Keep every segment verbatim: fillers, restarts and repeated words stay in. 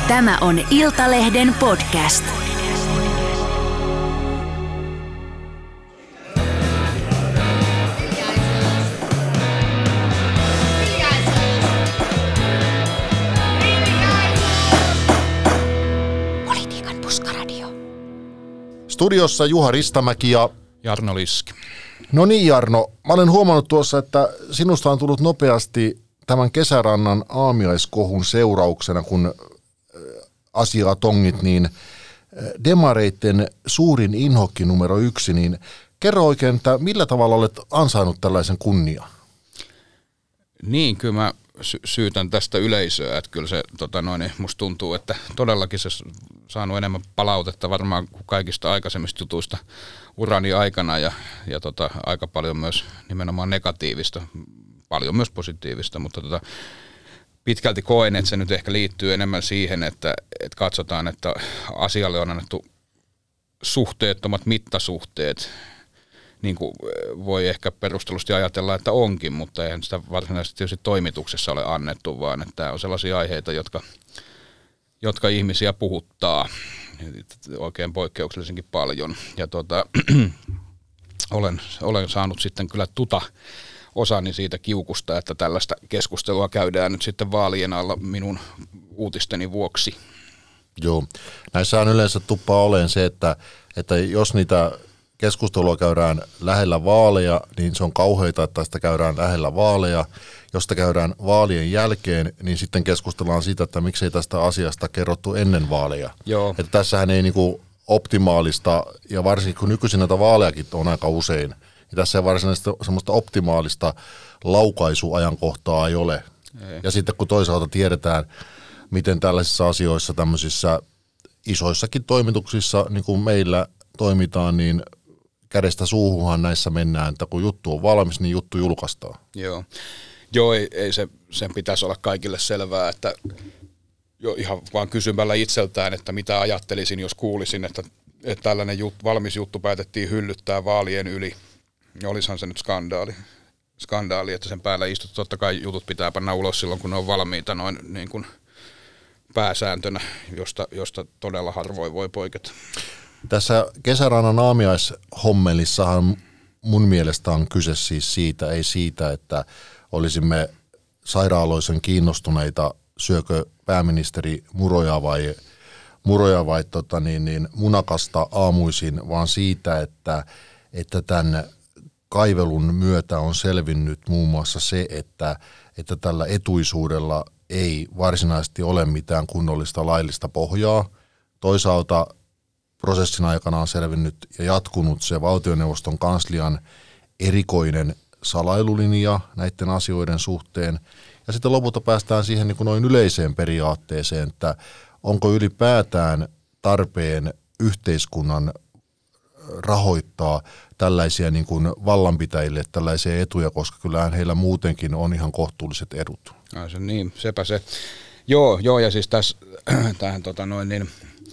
Tämä on Iltalehden podcast. Politiikan puskaradio. Studiossa Juha Ristamäki ja Jarno Liski. No niin Jarno, mä olen huomannut tuossa, että sinusta on tullut nopeasti tämän kesärannan aamiaiskohun seurauksena, kun asiaa tongit, niin demareitten suurin inhokki numero yksi, niin kerro oikein, että millä tavalla olet ansainnut tällaisen kunnian? Niin, kyllä mä sy- syytän tästä yleisöä, että kyllä se tota noin, musta tuntuu, että todellakin se on saanut enemmän palautetta varmaan kuin kaikista aikaisemmista jutuista urani aikana ja, ja tota, aika paljon myös nimenomaan negatiivista, paljon myös positiivista, mutta tota, pitkälti koen, että se nyt ehkä liittyy enemmän siihen, että, että katsotaan, että asialle on annettu suhteettomat mittasuhteet, niin kuin voi ehkä perustellusti ajatella, että onkin, mutta eihän sitä varsinaisesti tietysti toimituksessa ole annettu, vaan että tämä on sellaisia aiheita, jotka, jotka ihmisiä puhuttaa oikein poikkeuksellisenkin paljon. Ja tuota, olen, olen saanut sitten kyllä tuta osani siitä kiukusta, että tällaista keskustelua käydään nyt sitten vaalien alla minun uutisteni vuoksi. Joo, näissähän yleensä tuppaa olemaan se, että, että jos niitä keskustelua käydään lähellä vaaleja, niin se on kauheita, että sitä käydään lähellä vaaleja. Jos sitä käydään vaalien jälkeen, niin sitten keskustellaan siitä, että miksei tästä asiasta kerrottu ennen vaaleja. Joo. Että tässähän ei niinku optimaalista, ja varsinkin kun nykyisin näitä vaalejakin on aika usein, niin tässä ei varsinaisesti semmoista optimaalista laukaisuajankohtaa ei ole. Ei. Ja sitten kun toisaalta tiedetään, miten tällaisissa asioissa, tämmöisissä isoissakin toimituksissa, niin kuin meillä toimitaan, niin kädestä suuhunhan näissä mennään, että kun juttu on valmis, niin juttu julkaistaan. Joo, Joo ei, ei se, sen pitäisi olla kaikille selvää, että jo ihan vaan kysymällä itseltään, että mitä ajattelisin, jos kuulisin, että, että tällainen jut, valmis juttu päätettiin hyllyttää vaalien yli. Ja olisihan se nyt skandaali. Skandaali, että sen päällä istut. Totta kai jutut pitää panna ulos silloin, kun ne on valmiita noin niin kuin pääsääntönä, josta, josta todella harvoin voi poiketa. Tässä kesärannan aamiaishommelissahan mun mielestä on kyse siis siitä, ei siitä, että olisimme sairaaloisen kiinnostuneita, syökö pääministeri muroja vai, muroja vai tota niin, niin munakasta aamuisin, vaan siitä, että, että tämän kaivelun myötä on selvinnyt muun muassa se, että, että tällä etuisuudella ei varsinaisesti ole mitään kunnollista laillista pohjaa. Toisaalta prosessin aikana on selvinnyt ja jatkunut se valtioneuvoston kanslian erikoinen salailulinja näiden asioiden suhteen. Ja sitten lopulta päästään siihen niin kuin noin yleiseen periaatteeseen, että onko ylipäätään tarpeen yhteiskunnan rahoittaa tällaisia niin kuin vallanpitäjille tällaisia etuja, koska kyllähän heillä muutenkin on ihan kohtuulliset edut. No, se niin, sepä se. Joo, joo ja siis tässä tähän tota noin niin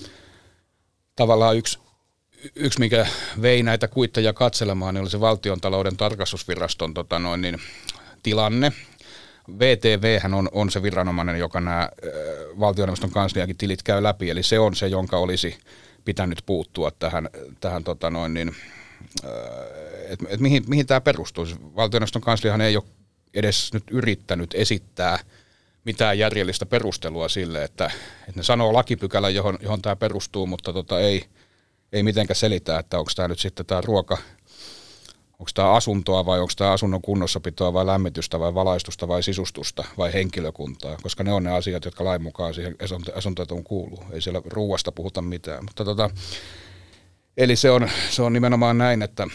tavallaan yksi, yksi, mikä vei näitä kuitteja katselemaan, niin oli se Valtiontalouden tarkastusviraston tota noin, niin, tilanne. V T V:hän on, on se viranomainen, joka nämä äh, valtioneuvoston kansliakin tilit käy läpi, eli se on se, jonka olisi pitänyt puuttua tähän, tähän tota noin, niin, äh, että et mihin, mihin tämä perustuu. Valtioneuvoston kansliahan ei ole edes nyt yrittänyt esittää mitään järjellistä perustelua sille, että, että ne sanoo lakipykälä, johon, johon tämä perustuu, mutta tota ei, ei mitenkään selitä, että onko tämä nyt sitten tämä ruoka, onko tämä asuntoa vai onko tämä asunnon kunnossapitoa vai lämmitystä vai valaistusta vai sisustusta vai henkilökuntaa, koska ne on ne asiat, jotka lain mukaan siihen asuntoon kuuluu. Ei siellä ruuasta puhuta mitään. Mutta tota, eli se on, se on nimenomaan näin, että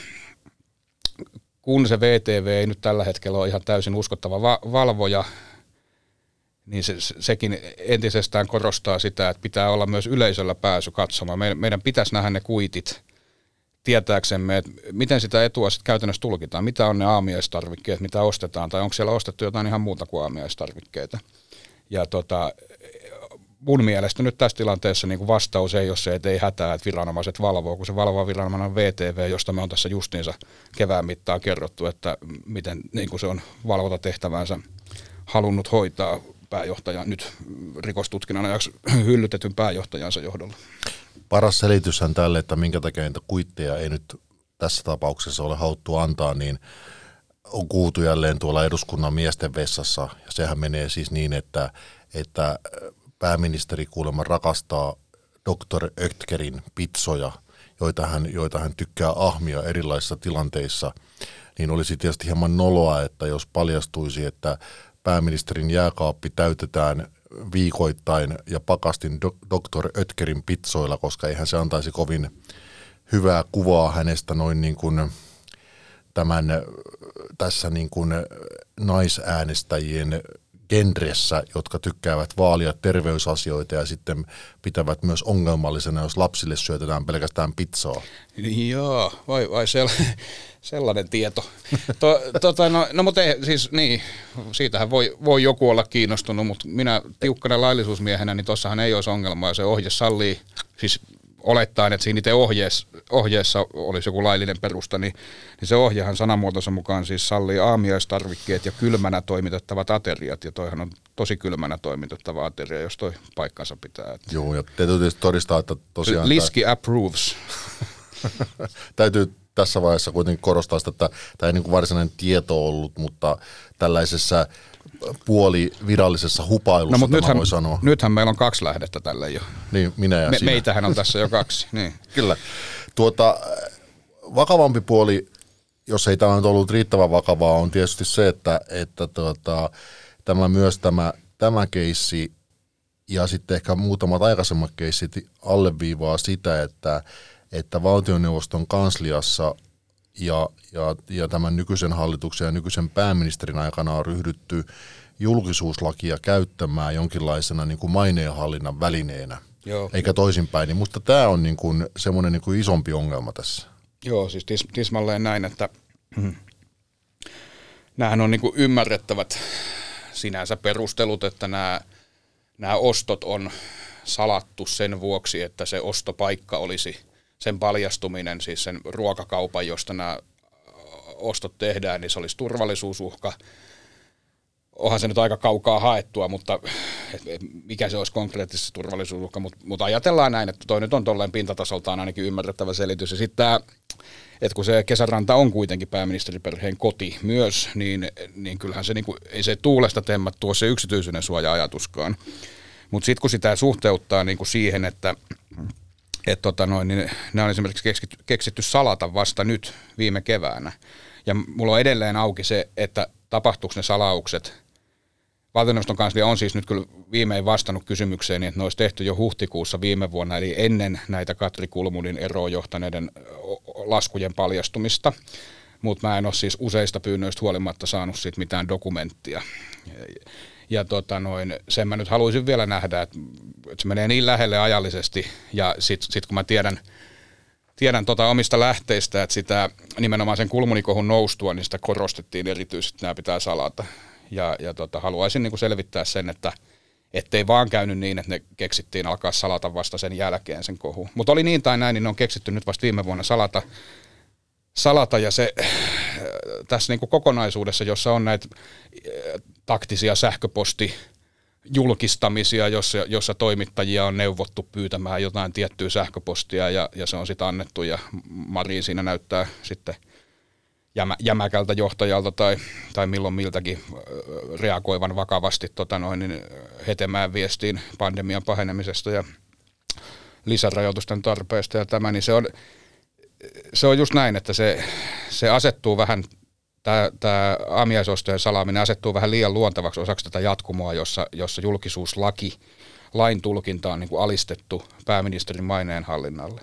kun se V T V ei nyt tällä hetkellä ole ihan täysin uskottava va- valvoja, niin se, sekin entisestään korostaa sitä, että pitää olla myös yleisöllä pääsy katsomaan. Meidän, meidän pitäisi nähdä ne kuitit tietääksemme, että miten sitä etua sitten käytännössä tulkitaan. Mitä on ne aamiaistarvikkeet, mitä ostetaan, tai onko siellä ostettu jotain ihan muuta kuin aamiaistarvikkeita. Ja tota, mun mielestä nyt tässä tilanteessa niin kuin vastaus ei ole se, että ei hätää, että viranomaiset valvoo, kun se valvova viranomainen on V T V, josta me on tässä justiinsa kevään mittaan kerrottu, että miten niin kuin se on valvontatehtävänsä halunnut hoitaa pääjohtajan, nyt rikostutkinnan ajaksi hyllytetyn pääjohtajansa johdolla. Paras selityshän tälle, että minkä takia niitä kuitteja ei nyt tässä tapauksessa ole haluttu antaa, niin on kuultu jälleen tuolla eduskunnan miesten vessassa. Ja sehän menee siis niin, että, että pääministeri kuulemma rakastaa doktor Ötkerin pitsoja, joita hän, joita hän tykkää ahmia erilaisissa tilanteissa. Niin olisi tietysti hieman noloa, että jos paljastuisi, että pääministerin jääkaappi täytetään viikoittain ja pakastin doktor Ötkerin pitsoilla, koska eihän se antaisi kovin hyvää kuvaa hänestä noin niin kuin tämän tässä niin kuin naisäänestäjien genressä, jotka tykkäävät vaalia terveysasioita ja sitten pitävät myös ongelmallisena, jos lapsille syötetään pelkästään pizzaa. Joo, vai, vai sell- sellainen tieto. To, tota, no, no mutta ei, siis niin, siitähän voi, voi joku olla kiinnostunut, mutta minä tiukkana laillisuusmiehenä, niin tossahan ei olisi ongelmaa, ja se ohje sallii, siis olettaen, että siinä itse ohjeessa, ohjeessa olisi joku laillinen perusta, niin, niin se ohjehan sanamuotonsa mukaan siis sallii aamiaistarvikkeet ja kylmänä toimitettavat ateriat, ja toihan on tosi kylmänä toimitettava ateria, jos toi paikkansa pitää. Että joo, ja täytyy tietysti todistaa, että tosiaan Liski tämä approves. Täytyy tässä vaiheessa kuitenkin korostaa sitä, että tämä ei niin kuin varsinainen tieto ollut, mutta tällaisessa puolivirallisessa hupailussa, no, mutta nythän, voi sanoa. Nythän meillä on kaksi lähdettä tälle jo. Niin, minä ja Me, sinä. Meitähän on tässä jo kaksi. Niin. Kyllä. Tuota, vakavampi puoli, jos ei tämä nyt ollut riittävän vakavaa, on tietysti se, että, että tuota, tämä myös tämä, tämä keissi ja sitten ehkä muutamat aikaisemmat keissit alleviivaa sitä, että, että valtioneuvoston kansliassa ja, ja, ja tämän nykyisen hallituksen ja nykyisen pääministerin aikana on ryhdytty julkisuuslakia käyttämään jonkinlaisena niin kuin maineenhallinnan välineenä, joo, eikä toisinpäin. Niin musta tämä on niin kuin semmoinen niin kuin isompi ongelma tässä. Joo, siis tis, tismalleen näin, että mm, näähän on niin kuin ymmärrettävät sinänsä perustelut, että nämä, nämä ostot on salattu sen vuoksi, että se ostopaikka olisi sen paljastuminen, siis sen ruokakaupan, josta nämä ostot tehdään, niin se olisi turvallisuusuhka. Onhan se nyt aika kaukaa haettua, mutta mikä se olisi konkreettisesti turvallisuusuhka, mutta, mutta ajatellaan näin, että toi nyt on tolleen pintatasoltaan ainakin ymmärrettävä selitys. Ja sitten tämä, että kun se Kesäranta on kuitenkin pääministeriperheen koti myös, niin, niin kyllähän se, niin kuin, ei se tuulesta temmat tuo se yksityisyyden suoja-ajatuskaan. Mutta sitten kun sitä suhteuttaa niin kuin siihen, että et tota noin, niin nämä on esimerkiksi keksitty, keksitty salata vasta nyt viime keväänä. Ja mulla on edelleen auki se, että tapahtuuko ne salaukset. Valtioneuvoston kanslia on siis nyt kyllä viimein vastannut kysymykseen, niin että ne olisi tehty jo huhtikuussa viime vuonna, eli ennen näitä Katri Kulmunin eroon johtaneiden laskujen paljastumista. Mutta mä en ole siis useista pyynnöistä huolimatta saanut siitä mitään dokumenttia. Ja tota noin, sen mä nyt haluaisin vielä nähdä, että, että se menee niin lähelle ajallisesti, ja sitten sit kun mä tiedän, tiedän tota omista lähteistä, että sitä nimenomaan sen Kulmunikohun noustua, niin sitä korostettiin erityisesti, että nämä pitää salata. Ja, ja tota, haluaisin niin kuin selvittää sen, että ettei vaan käynyt niin, että ne keksittiin alkaa salata vasta sen jälkeen sen kohun. Mutta oli niin tai näin, niin ne on keksitty nyt vasta viime vuonna salata. salata ja se tässä niin kuin kokonaisuudessa, jossa on näitä taktisia sähköpostijulkistamisia, jossa, jossa toimittajia on neuvottu pyytämään jotain tiettyä sähköpostia ja, ja se on sitten annettu ja Marin siinä näyttää sitten jämä, jämäkältä johtajalta tai, tai milloin miltäkin reagoivan vakavasti tota noin, niin hetemään viestiin pandemian pahenemisesta ja lisärajoitusten tarpeesta ja tämä, niin se on Se on just näin, että se, se asettuu vähän, tämä aamiaisostojen salaaminen asettuu vähän liian luontevaksi osaksi tätä jatkumoa, jossa, jossa julkisuuslaki, lain tulkinta on niin kuin alistettu pääministerin maineen hallinnalle.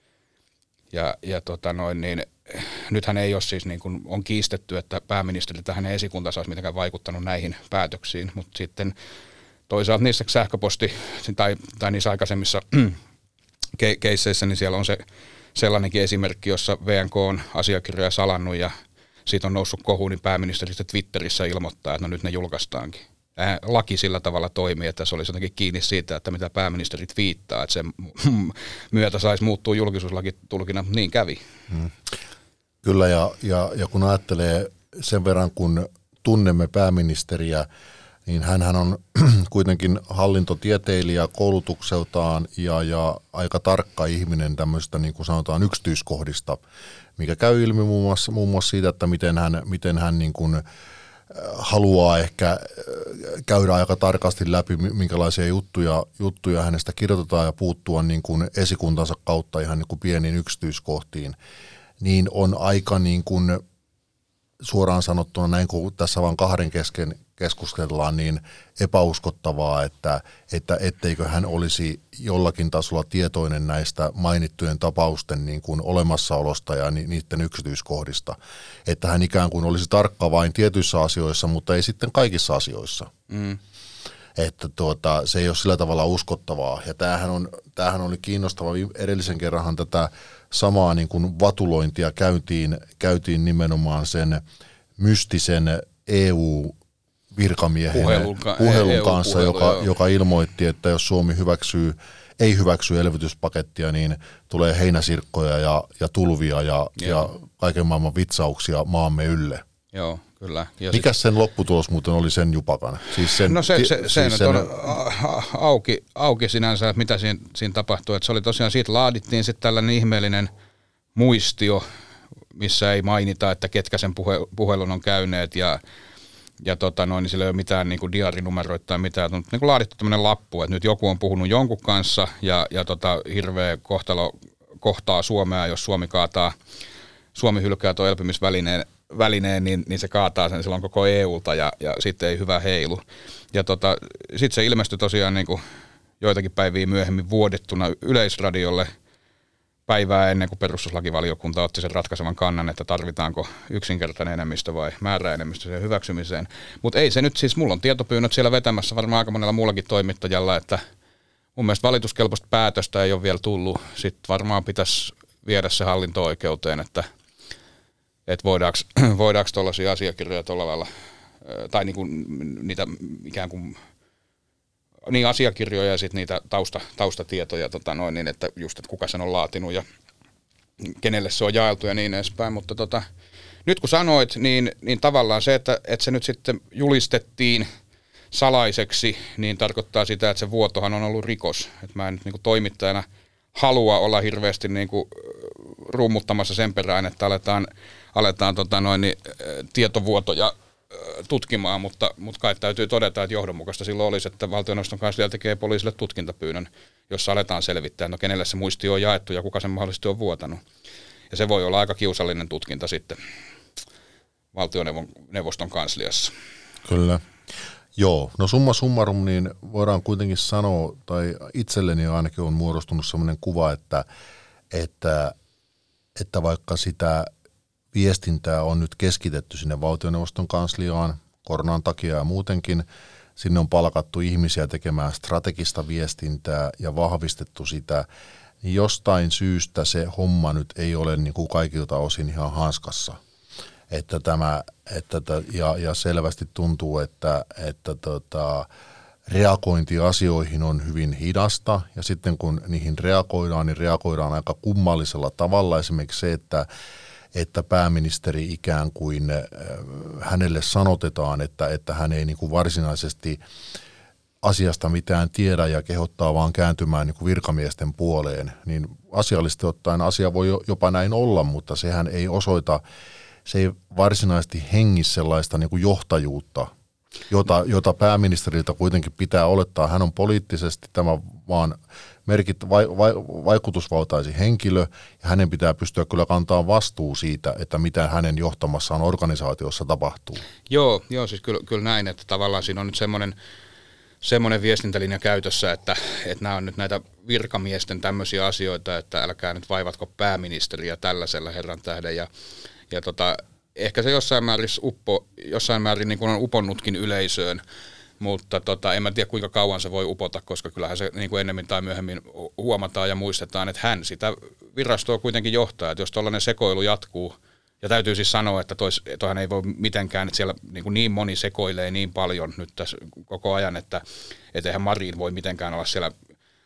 Ja, ja tota noin, niin, nythän ei ole siis, niin kuin on kiistetty, että pääministeri tai hänen esikuntansa olisi mitenkään vaikuttanut näihin päätöksiin, mutta sitten toisaalta niissä sähköposti- tai, tai niissä aikaisemmissa keisseissä, niin siellä on se sellainenkin esimerkki, jossa V N K on asiakirjoja salannut ja siitä on noussut kohu, niin pääministeri Twitterissä ilmoittaa, että no nyt ne julkaistaankin. Äh, laki sillä tavalla toimii, että se olisi jotenkin kiinni siitä, että mitä pääministeri twiittaa, että sen myötä saisi muuttua julkisuuslakitulkinnan, niin kävi. Hmm. Kyllä, ja, ja, ja kun ajattelee sen verran, kun tunnemme pääministeriä niin hänhän on kuitenkin hallintotieteilijä koulutukseltaan ja, ja aika tarkka ihminen tämmöistä niin kuin sanotaan yksityiskohdista, mikä käy ilmi muun muassa, muun muassa siitä, että miten hän, miten hän niin kuin haluaa ehkä käydä aika tarkasti läpi, minkälaisia juttuja, juttuja hänestä kirjoitetaan ja puuttua niin kuin esikuntansa kautta ihan niin kuin pieniin yksityiskohtiin, niin on aika niin kuin suoraan sanottuna näin, kun tässä vaan kahden kesken keskustellaan, niin epäuskottavaa, että, että etteikö hän olisi jollakin tasolla tietoinen näistä mainittujen tapausten niin kuin olemassaolosta ja ni, niiden yksityiskohdista. Että hän ikään kuin olisi tarkka vain tietyissä asioissa, mutta ei sitten kaikissa asioissa. Mm. Että tuota, se ei ole sillä tavalla uskottavaa. Ja tämähän, on, tämähän oli kiinnostava. Edellisen kerranhan tätä samaa niin kuin vatulointia käytiin, käytiin nimenomaan sen mystisen E U-virkamiehen puhelun, puhelun E U kanssa, puhelu, joka, joka ilmoitti, että jos Suomi hyväksyy, ei hyväksy elvytyspakettia, niin tulee heinäsirkkoja ja, ja tulvia ja, ja kaiken maailman vitsauksia maamme ylle. Joo, kyllä. Ja mikäs siis, sen lopputulos muuten oli sen jupakan? Siis sen, no se, se, siis se sen, on auki, auki sinänsä, että mitä siinä, siinä tapahtui. Että se oli tosiaan, siitä laadittiin sitten tällainen ihmeellinen muistio, missä ei mainita, että ketkä sen puhe, puhelun on käyneet ja, ja tota noin, niin sillä ei ole mitään niin kuin diarinumeroita tai mitään. On niin kuin laadittu tämmöinen lappu, että nyt joku on puhunut jonkun kanssa ja, ja tota, hirveä kohtalo kohtaa Suomea, jos Suomi kaataa, Suomi hylkää tuon elpymisvälineen, välineen, niin, niin se kaataa sen silloin koko E U:lta ja, ja sitten ei hyvä heilu. Ja tota, sitten se ilmestyi tosiaan niin kuin joitakin päiviä myöhemmin vuodettuna Yleisradiolle päivää ennen kuin perustuslakivaliokunta otti sen ratkaisevan kannan, että tarvitaanko yksinkertainen enemmistö vai määräenemmistö sen hyväksymiseen. Mutta ei se nyt siis, mulla on tietopyynnöt siellä vetämässä varmaan aika monella muullakin toimittajalla, että mun mielestä valituskelpoista päätöstä ei ole vielä tullut. Sitten varmaan pitäisi viedä se hallinto-oikeuteen, että että voidaanko, voidaanko tuollaisia asiakirjoja tuolla lailla, tai niinku niitä ikään kuin, niin asiakirjoja ja sitten niitä tausta, taustatietoja, tota noin, niin että just, että kuka sen on laatinut ja kenelle se on jaeltu ja niin edespäin, mutta tota, nyt kun sanoit, niin, niin tavallaan se, että, että se nyt sitten julistettiin salaiseksi, niin tarkoittaa sitä, että se vuotohan on ollut rikos, että mä en nyt niin kuin toimittajana halua olla hirveästi niin kuin rummuttamassa sen perään, että aletaan, aletaan tota noin, niin, tietovuotoja tutkimaan, mutta, mutta kai täytyy todeta, että johdonmukaista silloin olisi, että valtioneuvoston kanslia tekee poliisille tutkintapyynnön, jossa aletaan selvittää, no kenelle se muisti on jaettu ja kuka sen mahdollisesti on vuotanut. Ja se voi olla aika kiusallinen tutkinta sitten valtioneuvoston kansliassa. Kyllä. Joo, no summa summarum, niin voidaan kuitenkin sanoa, tai itselleni ainakin on muodostunut sellainen kuva, että, että, että vaikka sitä viestintää on nyt keskitetty sinne valtioneuvoston kansliaan koronan takia ja muutenkin, sinne on palkattu ihmisiä tekemään strategista viestintää ja vahvistettu sitä, niin jostain syystä se homma nyt ei ole niin kuin kaikilta osin ihan hanskassa. Että tämä, että, ja, ja selvästi tuntuu, että, että tota, reagointi asioihin on hyvin hidasta, ja sitten kun niihin reagoidaan, niin reagoidaan aika kummallisella tavalla. Esimerkiksi se, että, että pääministeri ikään kuin äh, hänelle sanotetaan, että, että hän ei niin kuin varsinaisesti asiasta mitään tiedä ja kehottaa vaan kääntymään niin kuin virkamiesten puoleen, niin asiallisesti ottaen asia voi jopa näin olla, mutta sehän ei osoita, se ei varsinaisesti hengi sellaista niin kuin johtajuutta, jota, jota pääministeriltä kuitenkin pitää olettaa. Hän on poliittisesti tämä vaan merkittä, vai, vai, vaikutusvaltaisi henkilö, ja hänen pitää pystyä kyllä kantaa vastuu siitä, että mitä hänen johtamassaan organisaatiossa tapahtuu. Joo, joo siis kyllä, kyllä näin, että tavallaan siinä on nyt semmoinen, semmoinen viestintälinja käytössä, että, että nämä on nyt näitä virkamiesten tämmöisiä asioita, että älkää nyt vaivatko pääministeriä tällaisella herran tähden, ja Ja tota, ehkä se jossain määrin, uppo, jossain määrin niin kuin on uponnutkin yleisöön, mutta tota, en mä tiedä kuinka kauan se voi upota, koska kyllähän se niin kuin ennemmin tai myöhemmin huomataan ja muistetaan, että hän sitä virastoa kuitenkin johtaa. Että jos tuollainen sekoilu jatkuu, ja täytyy siis sanoa, että tois, toihan ei voi mitenkään, että siellä niin, kuin niin moni sekoilee niin paljon nyt tässä koko ajan, että et eihän Marin voi mitenkään olla siellä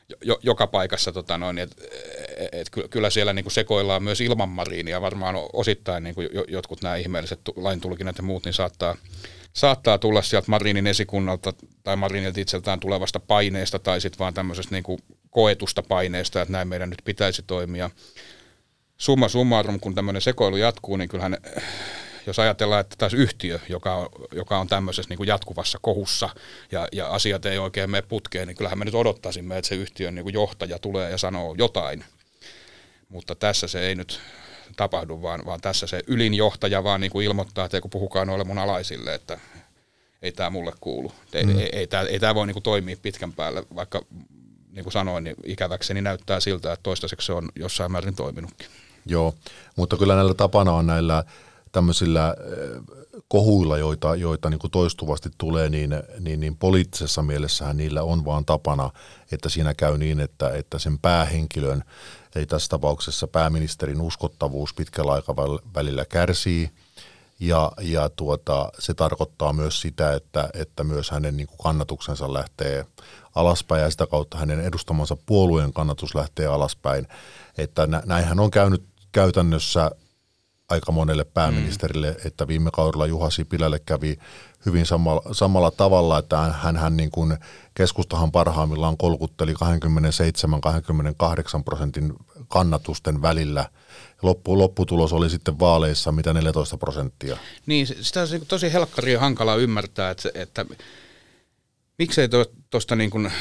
jo, joka paikassa, tota noin, että et, kyllä siellä niin kuin sekoillaan myös ilman Marinia, varmaan osittain niin kuin jotkut nämä ihmeelliset laintulkinnat ja muut, niin saattaa, saattaa tulla sieltä Marinin esikunnalta tai Marinilta itseltään tulevasta paineesta tai sitten vaan tämmöisestä niin kuin koetusta paineesta, että näin meidän nyt pitäisi toimia. Summa summarum, kun tämmöinen sekoilu jatkuu, niin kyllähän, jos ajatellaan, että taas yhtiö, joka on, joka on tämmöisessä niin kuin jatkuvassa kohussa ja, ja asiat ei oikein mene putkeen, niin kyllähän me nyt odottaisimme, että se yhtiön niin kuin johtaja tulee ja sanoo jotain. Mutta tässä se ei nyt tapahdu, vaan, vaan tässä se ylin johtaja vaan niin kuin ilmoittaa, että ei kun puhukaan noille mun alaisille, että ei tämä mulle kuulu. Ei, mm. ei, ei, tämä, ei tämä voi niin kuin toimia pitkän päälle, vaikka niin kuin sanoin, niin ikäväkseni näyttää siltä, että toistaiseksi se on jossain määrin toiminutkin. Joo, mutta kyllä näillä tapana on näillä tämmöisillä kohuilla, joita, joita niin kuin toistuvasti tulee, niin, niin, niin poliittisessa mielessähän niillä on vaan tapana, että siinä käy niin, että, että sen päähenkilön, eli tässä tapauksessa pääministerin uskottavuus pitkällä aikavälillä kärsii, ja, ja tuota, se tarkoittaa myös sitä, että, että myös hänen niin kuin kannatuksensa lähtee alaspäin, ja sitä kautta hänen edustamansa puolueen kannatus lähtee alaspäin, että näinhän on käynyt käytännössä aika monelle pääministerille, mm. että viime kaudella Juha Sipilälle kävi hyvin samalla, samalla tavalla, että hän, hän niin kuin keskustahan parhaimmillaan kolkutteli kaksikymmentäseitsemän kaksikymmentäkahdeksan prosentin kannatusten välillä. Loppu, lopputulos oli sitten vaaleissa mitä neljätoista prosenttia. Niin, sitä on tosi helkkari ja hankala ymmärtää, että, että miksei tuosta niin kuin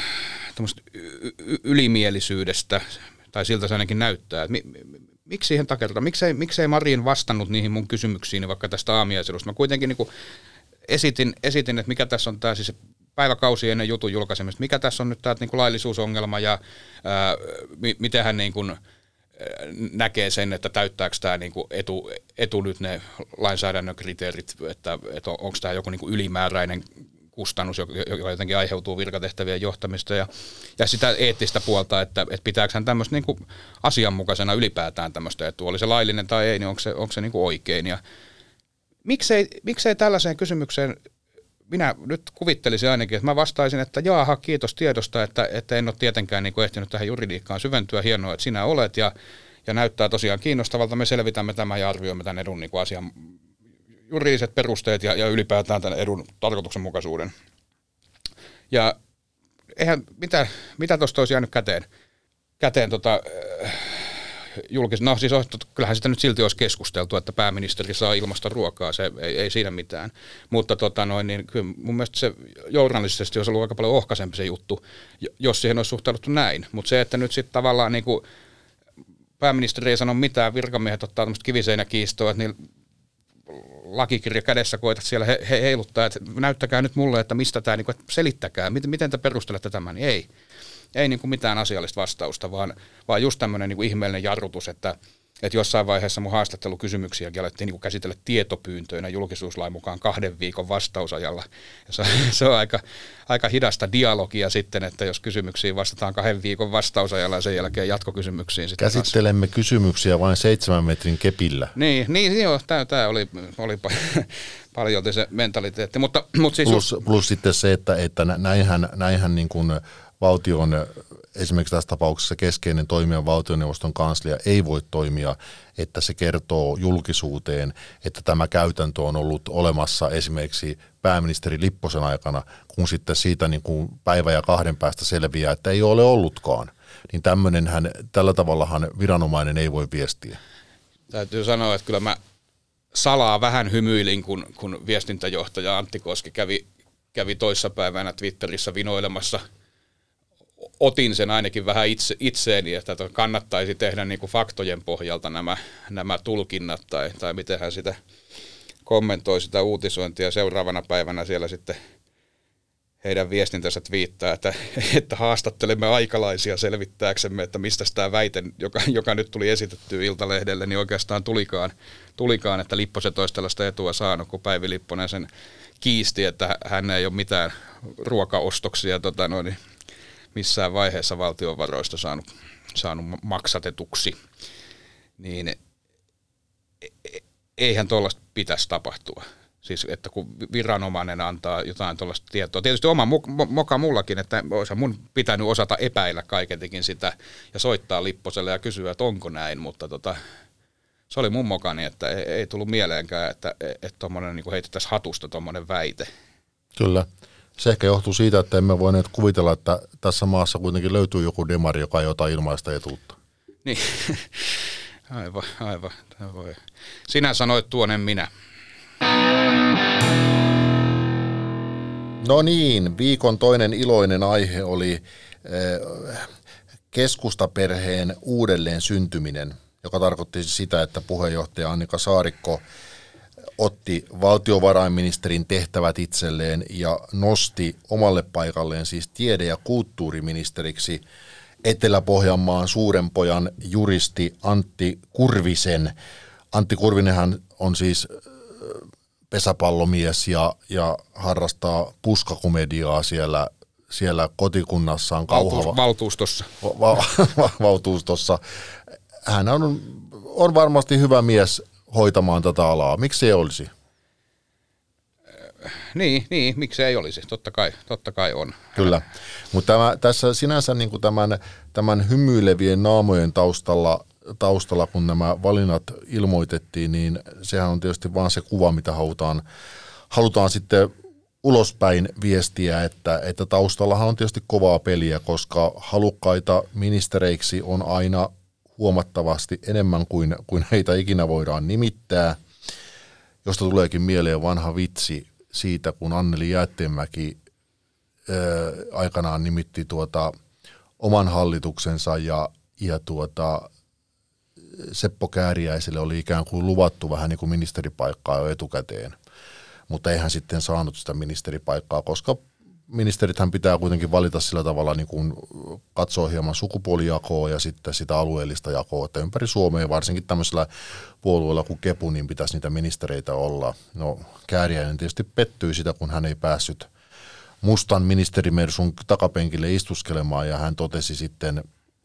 ylimielisyydestä, tai siltä se ainakin näyttää, että mi, miksi siihen takertaa? Miksei, miksei Marin vastannut niihin mun kysymyksiin vaikka tästä aamiaiselusta? Mä kuitenkin niin kuin esitin, esitin, että mikä tässä on tämä siis päiväkausi ennen jutun julkaisemista, mikä tässä on nyt tämä niin kuin laillisuusongelma ja ää, mi, miten hän niin kuin näkee sen, että täyttääkö tämä niin kuin etu, etu nyt ne lainsäädännön kriteerit, että, että onko tämä joku niin kuin ylimääräinen kustannus, joka jotenkin aiheutuu virkatehtävien johtamista ja, ja sitä eettistä puolta, että, että pitääkö hän tämmöistä niin kuin asianmukaisena ylipäätään tämmöistä etua, oli se laillinen tai ei, niin onko se, onko se niin kuin oikein. Ja miksei, miksei tällaiseen kysymykseen, minä nyt kuvittelisin ainakin, että mä vastaisin, että jaaha, kiitos tiedosta, että, että en ole tietenkään niin kuin ehtinyt tähän juridiikkaan syventyä, hienoa, että sinä olet ja, ja näyttää tosiaan kiinnostavalta, me selvitämme tämän ja arvioimme tämän edun niin kuin asian juridiset perusteet ja, ja ylipäätään tämän edun tarkoituksenmukaisuuden. Ja eihän, mitä, mitä tuosta olisi jäänyt käteen? Käteen tota, äh, julkis... No siis kyllähän sitä nyt silti olisi keskusteltu, että pääministeri saa ilmasta ruokaa, se ei, ei siinä mitään. Mutta tota noin, niin kyllä mun mielestä se journalistisesti olisi ollut aika paljon ohkaisempi se juttu, jos siihen olisi suhtauduttu näin. Mutta se, että nyt sitten tavallaan niin kuin pääministeri ei sano mitään, virkamiehet ottaa tämmöistä kiviseinäkiistoa, että niin lakikirja kädessä koetat siellä he, he, heiluttaa, että näyttäkää nyt mulle, että mistä tämä, niin kuin, että selittäkää, miten, miten te perustelette tämän, niin ei. Ei niin kuin mitään asiallista vastausta, vaan, vaan just tämmöinen niin kuin ihmeellinen jarrutus, että, että jossain vaiheessa mun haastattelukysymyksiäkin alettiin niin kuin käsitellä tietopyyntöinä julkisuuslain mukaan kahden viikon vastausajalla. Ja se, se on aika, aika hidasta dialogia sitten, että jos kysymyksiin vastataan kahden viikon vastausajalla ja sen jälkeen jatkokysymyksiin. Sitten käsittelemme taas kysymyksiä vain seitsemän metrin kepillä. Niin, niin joo, tämä oli, oli paljon se mentaliteetti. Mutta, mutta siis plus, plus sitten se, että, että näinhän, näinhän niin kuin valtion, esimerkiksi tässä tapauksessa keskeinen toimija valtioneuvoston kanslia ei voi toimia, että se kertoo julkisuuteen, että tämä käytäntö on ollut olemassa esimerkiksi pääministeri Lipposen aikana, kun sitten siitä niin kuin päivä ja kahden päästä selviää, että ei ole ollutkaan. Niin tämmöinenhän, tällä tavallahan viranomainen ei voi viestiä. Täytyy sanoa, että kyllä mä salaa vähän hymyilin, kun, kun viestintäjohtaja Antti Koski kävi, kävi toissapäivänä Twitterissä vinoilemassa. Otin sen ainakin vähän itse, itseeni, että kannattaisi tehdä niin kuin faktojen pohjalta nämä, nämä tulkinnat, tai, tai miten hän sitä kommentoi sitä uutisointia. Seuraavana päivänä siellä sitten heidän viestintänsä twiittaa, että, että haastattelemme aikalaisia selvittääksemme, että mistä tämä väite, joka, joka nyt tuli esitettyä Iltalehdelle, niin oikeastaan tulikaan, tulikaan että Lipposet olisi tällaista etua saanut, kun Päivi Lipponen sen kiisti, että hän ei ole mitään ruokaostoksia tota noin, missään vaiheessa valtionvaroista saanut, saanut maksatetuksi, niin eihän tuollaista pitäisi tapahtua. Siis että kun viranomainen antaa jotain tuollaista tietoa. Tietysti oma moka mullakin, että olisi mun pitänyt osata epäillä kaiketikin sitä ja soittaa Lipposelle ja kysyä, että onko näin, mutta tota, se oli mun mokani, että ei, ei tullut mieleenkään, että että niin heitettäisiin hatusta tuommoinen väite. Kyllä. Se ehkä johtuu siitä, että emme voineet kuvitella, että tässä maassa kuitenkin löytyy joku demari, joka ei ota ilmaista etuutta. Niin, aivan, aivan. Sinä sanoit tuon, en minä. No niin, viikon toinen iloinen aihe oli keskustaperheen uudelleen syntyminen, joka tarkoitti sitä, että puheenjohtaja Annika Saarikko otti valtiovarainministerin tehtävät itselleen ja nosti omalle paikalleen siis tiede- ja kulttuuriministeriksi Etelä-Pohjanmaan suurenpojan juristi Antti Kurvisen. Antti Kurvinenhan on siis pesäpallomies ja, ja harrastaa puskakomediaa siellä, siellä kotikunnassaan Kauhava. Valtuustossa. Va, va, valtuustossa. Hän on, on varmasti hyvä mies hoitamaan tätä alaa. Miksi ei olisi? Niin, niin, miksi ei olisi? Totta kai, totta kai on. Kyllä, mutta tämä, tässä sinänsä niin kuin tämän, tämän hymyilevien naamojen taustalla, taustalla, kun nämä valinnat ilmoitettiin, niin sehän on tietysti vaan se kuva, mitä halutaan, halutaan sitten ulospäin viestiä, että, että taustallahan on tietysti kovaa peliä, koska halukkaita ministereiksi on aina huomattavasti enemmän kuin, kuin heitä ikinä voidaan nimittää, josta tuleekin mieleen vanha vitsi siitä, kun Anneli Jäätteenmäki ää, aikanaan nimitti tuota, oman hallituksensa ja, ja tuota, Seppo Kääriäiselle oli ikään kuin luvattu vähän niin kuin ministeripaikkaa jo etukäteen, mutta eihän sitten saanut sitä ministeripaikkaa, koska ministerithän pitää kuitenkin valita sillä tavalla, niin kuin katsoo hieman sukupuolijakoa ja sitten sitä alueellista jakoa, että ympäri Suomea, varsinkin tämmöisellä puolueella kuin Kepu, niin pitäisi niitä ministereitä olla. No Kääriäinen tietysti pettyi sitä, kun hän ei päässyt mustan ministerimersun takapenkille istuskelemaan ja hän totesi sitten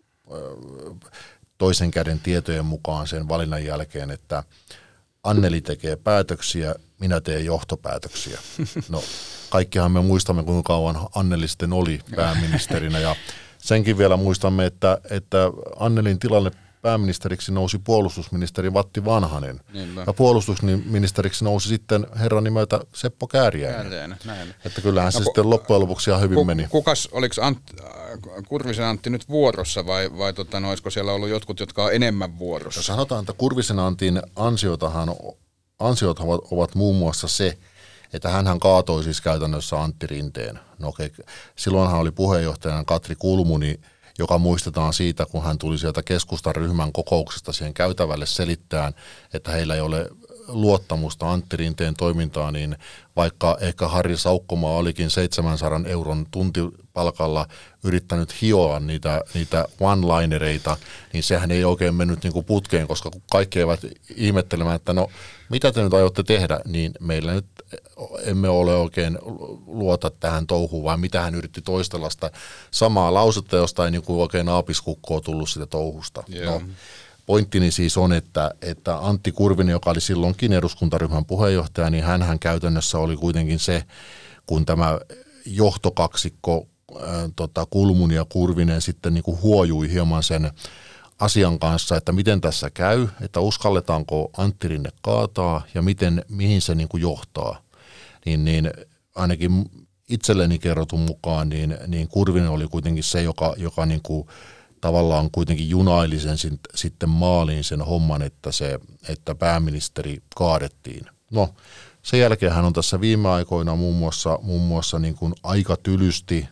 toisen käden tietojen mukaan sen valinnan jälkeen, että Anneli tekee päätöksiä, minä teen johtopäätöksiä. No kaikkihan me muistamme, kuinka kauan Anneli sitten oli pääministerinä ja senkin vielä muistamme, että, että Annelin tilalle pääministeriksi nousi puolustusministeri Vatti Vanhanen. Niinpä. Ja puolustusministeriksi nousi sitten herran nimeltä Seppo Kääriäinen. Kääriäinen, näin. Että kyllähän no, se ku, sitten loppujen lopuksi ihan hyvin ku, meni. Kukas, oliko Antti, Kurvisen Antti nyt vuorossa vai, vai tota, no, olisiko siellä ollut jotkut, jotka on enemmän vuorossa? Sanotaan, että Kurvisen Antin ansiotahan, ansiot ovat, ovat muun muassa se, että hänhän kaatoi siis käytännössä Antti Rinteen. No okei, silloinhan oli puheenjohtajana Katri Kulmuni, joka muistetaan siitä, kun hän tuli sieltä keskustan ryhmän kokouksesta siihen käytävälle selittämään, että heillä ei ole luottamusta Antti Rinteen toimintaan, niin vaikka ehkä Harri Saukkomaa olikin seitsemänsadan euron tuntipalkalla yrittänyt hioa niitä, niitä one-linereita, niin sehän ei oikein mennyt niin kuin putkeen, koska kaikki eivät ihmettelemään, että no mitä te nyt aiotte tehdä, niin meillä nyt emme ole oikein luota tähän touhuun, vaan mitä hän yritti toistella sitä samaa lausetta, josta ei niin kuin oikein aapiskukkoa tullut sitä touhusta. Yeah. No, pointtini siis on, että, että Antti Kurvinen, joka oli silloinkin eduskuntaryhmän puheenjohtaja, niin hänhän käytännössä oli kuitenkin se, kun tämä johtokaksikko ää, tota, Kulmuni ja Kurvinen sitten niin kuin huojui hieman sen asian kanssa, että miten tässä käy, että uskalletaanko Antti Rinne kaataa ja miten, mihin se niin kuin johtaa. Niin, niin ainakin itselleni kerrotun mukaan, niin, niin Kurvinen oli kuitenkin se, joka, joka niin kuin tavallaan kuitenkin junaili sen sitten maaliin sen homman, että, se, että pääministeri kaadettiin. No sen jälkeen hän on tässä viime aikoina muun muassa, muun muassa niin kuin aika tylysti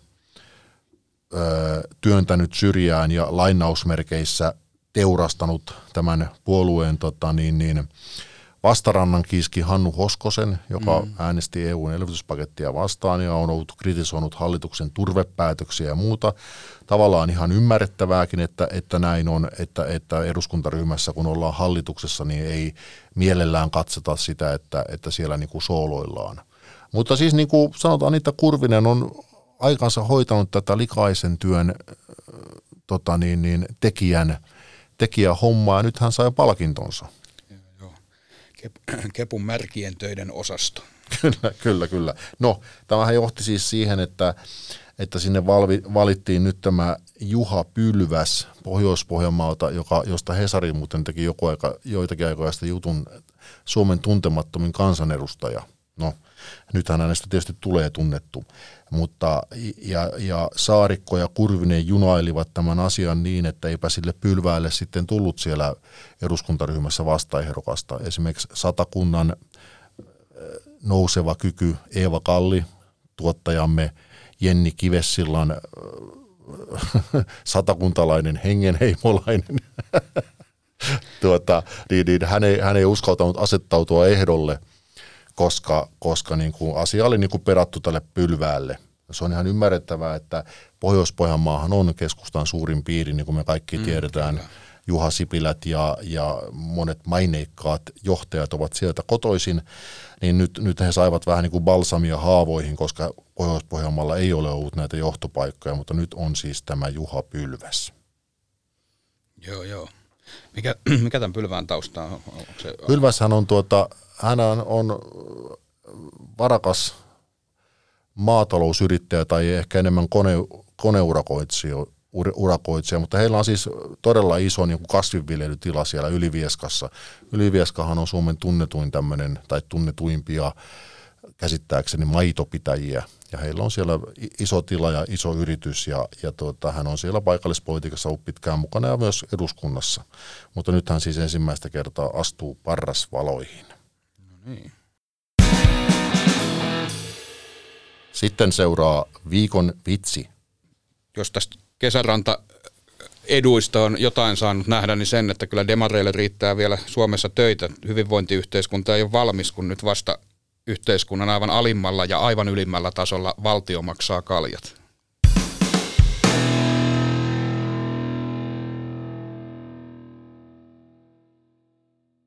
ö, työntänyt syrjään ja lainausmerkeissä teurastanut tämän puolueen tota, niin, niin, vastarannan kiiski Hannu Hoskosen, joka mm. äänesti E U:n elvytyspakettia vastaan ja on ollut kritisoinut hallituksen turvepäätöksiä ja muuta. Tavallaan ihan ymmärrettävääkin, että, että näin on, että, että eduskuntaryhmässä kun ollaan hallituksessa, niin ei mielellään katsota sitä, että, että siellä niin kuin sooloillaan. Mutta siis niin kuin sanotaan, että Kurvinen on aikansa hoitanut tätä likaisen työn tota niin, niin, tekijän, tekijän hommaa ja nyt hän sai palkintonsa. Kepun märkien töiden osasto. Kyllä, kyllä, kyllä. No, tämähän johti siis siihen, että, että sinne valvi, valittiin nyt tämä Juha Pylväs Pohjois-Pohjanmaalta, joka, josta Hesari muuten teki joku aika, joitakin aikoja sitten jutun Suomen tuntemattomin kansanedustaja. No, nythän hänestä tietysti tulee tunnettu, mutta ja, ja Saarikko ja Kurvinen junailivat tämän asian niin, että eipä sille Pylväälle sitten tullut siellä eduskuntaryhmässä vastaehdokasta. Esimerkiksi Satakunnan nouseva kyky Eeva Kalli, tuottajamme Jenni Kivessillan satakuntalainen hengenheimolainen, tuota, niin, niin hän, ei, hän ei uskaltanut asettautua ehdolle, koska, koska niin kuin asia oli niin kuin perattu tälle Pylväälle. Se on ihan ymmärrettävää, että Pohjois-Pohjanmaahan on keskustan suurin piiri, niin kuin me kaikki mm, tiedetään. Kyllä. Juha Sipilät ja, ja monet maineikkaat johtajat ovat sieltä kotoisin, niin nyt, nyt he saivat vähän niin kuin balsamia haavoihin, koska Pohjois-Pohjanmaalla ei ole ollut näitä johtopaikkoja, mutta nyt on siis tämä Juha Pylväs. Joo, joo. Mikä, mikä tämän Pylvään tausta on? Se... Pylväshän on, tuota, hän on varakas maatalousyrittäjä tai ehkä enemmän kone, koneurakoitsija, urakoitsija, mutta heillä on siis todella iso niin kuin kasvinviljelytila siellä Ylivieskassa. Ylivieskahan on Suomen tunnetuin tämmöinen, tai tunnetuimpia käsittääkseni maitopitäjiä, ja heillä on siellä iso tila ja iso yritys, ja, ja tuota, hän on siellä paikallispolitiikassa ollut pitkään mukana ja myös eduskunnassa. Mutta nyt hän siis ensimmäistä kertaa astuu parrasvaloihin. No niin. Sitten seuraa viikon vitsi. Jos tästä kesäranta eduista on jotain saanut nähdä, niin sen, että kyllä demareille riittää vielä Suomessa töitä. Hyvinvointiyhteiskunta ei ole valmis, kun nyt vasta yhteiskunnan aivan alimmalla ja aivan ylimmällä tasolla valtio maksaa kaljat.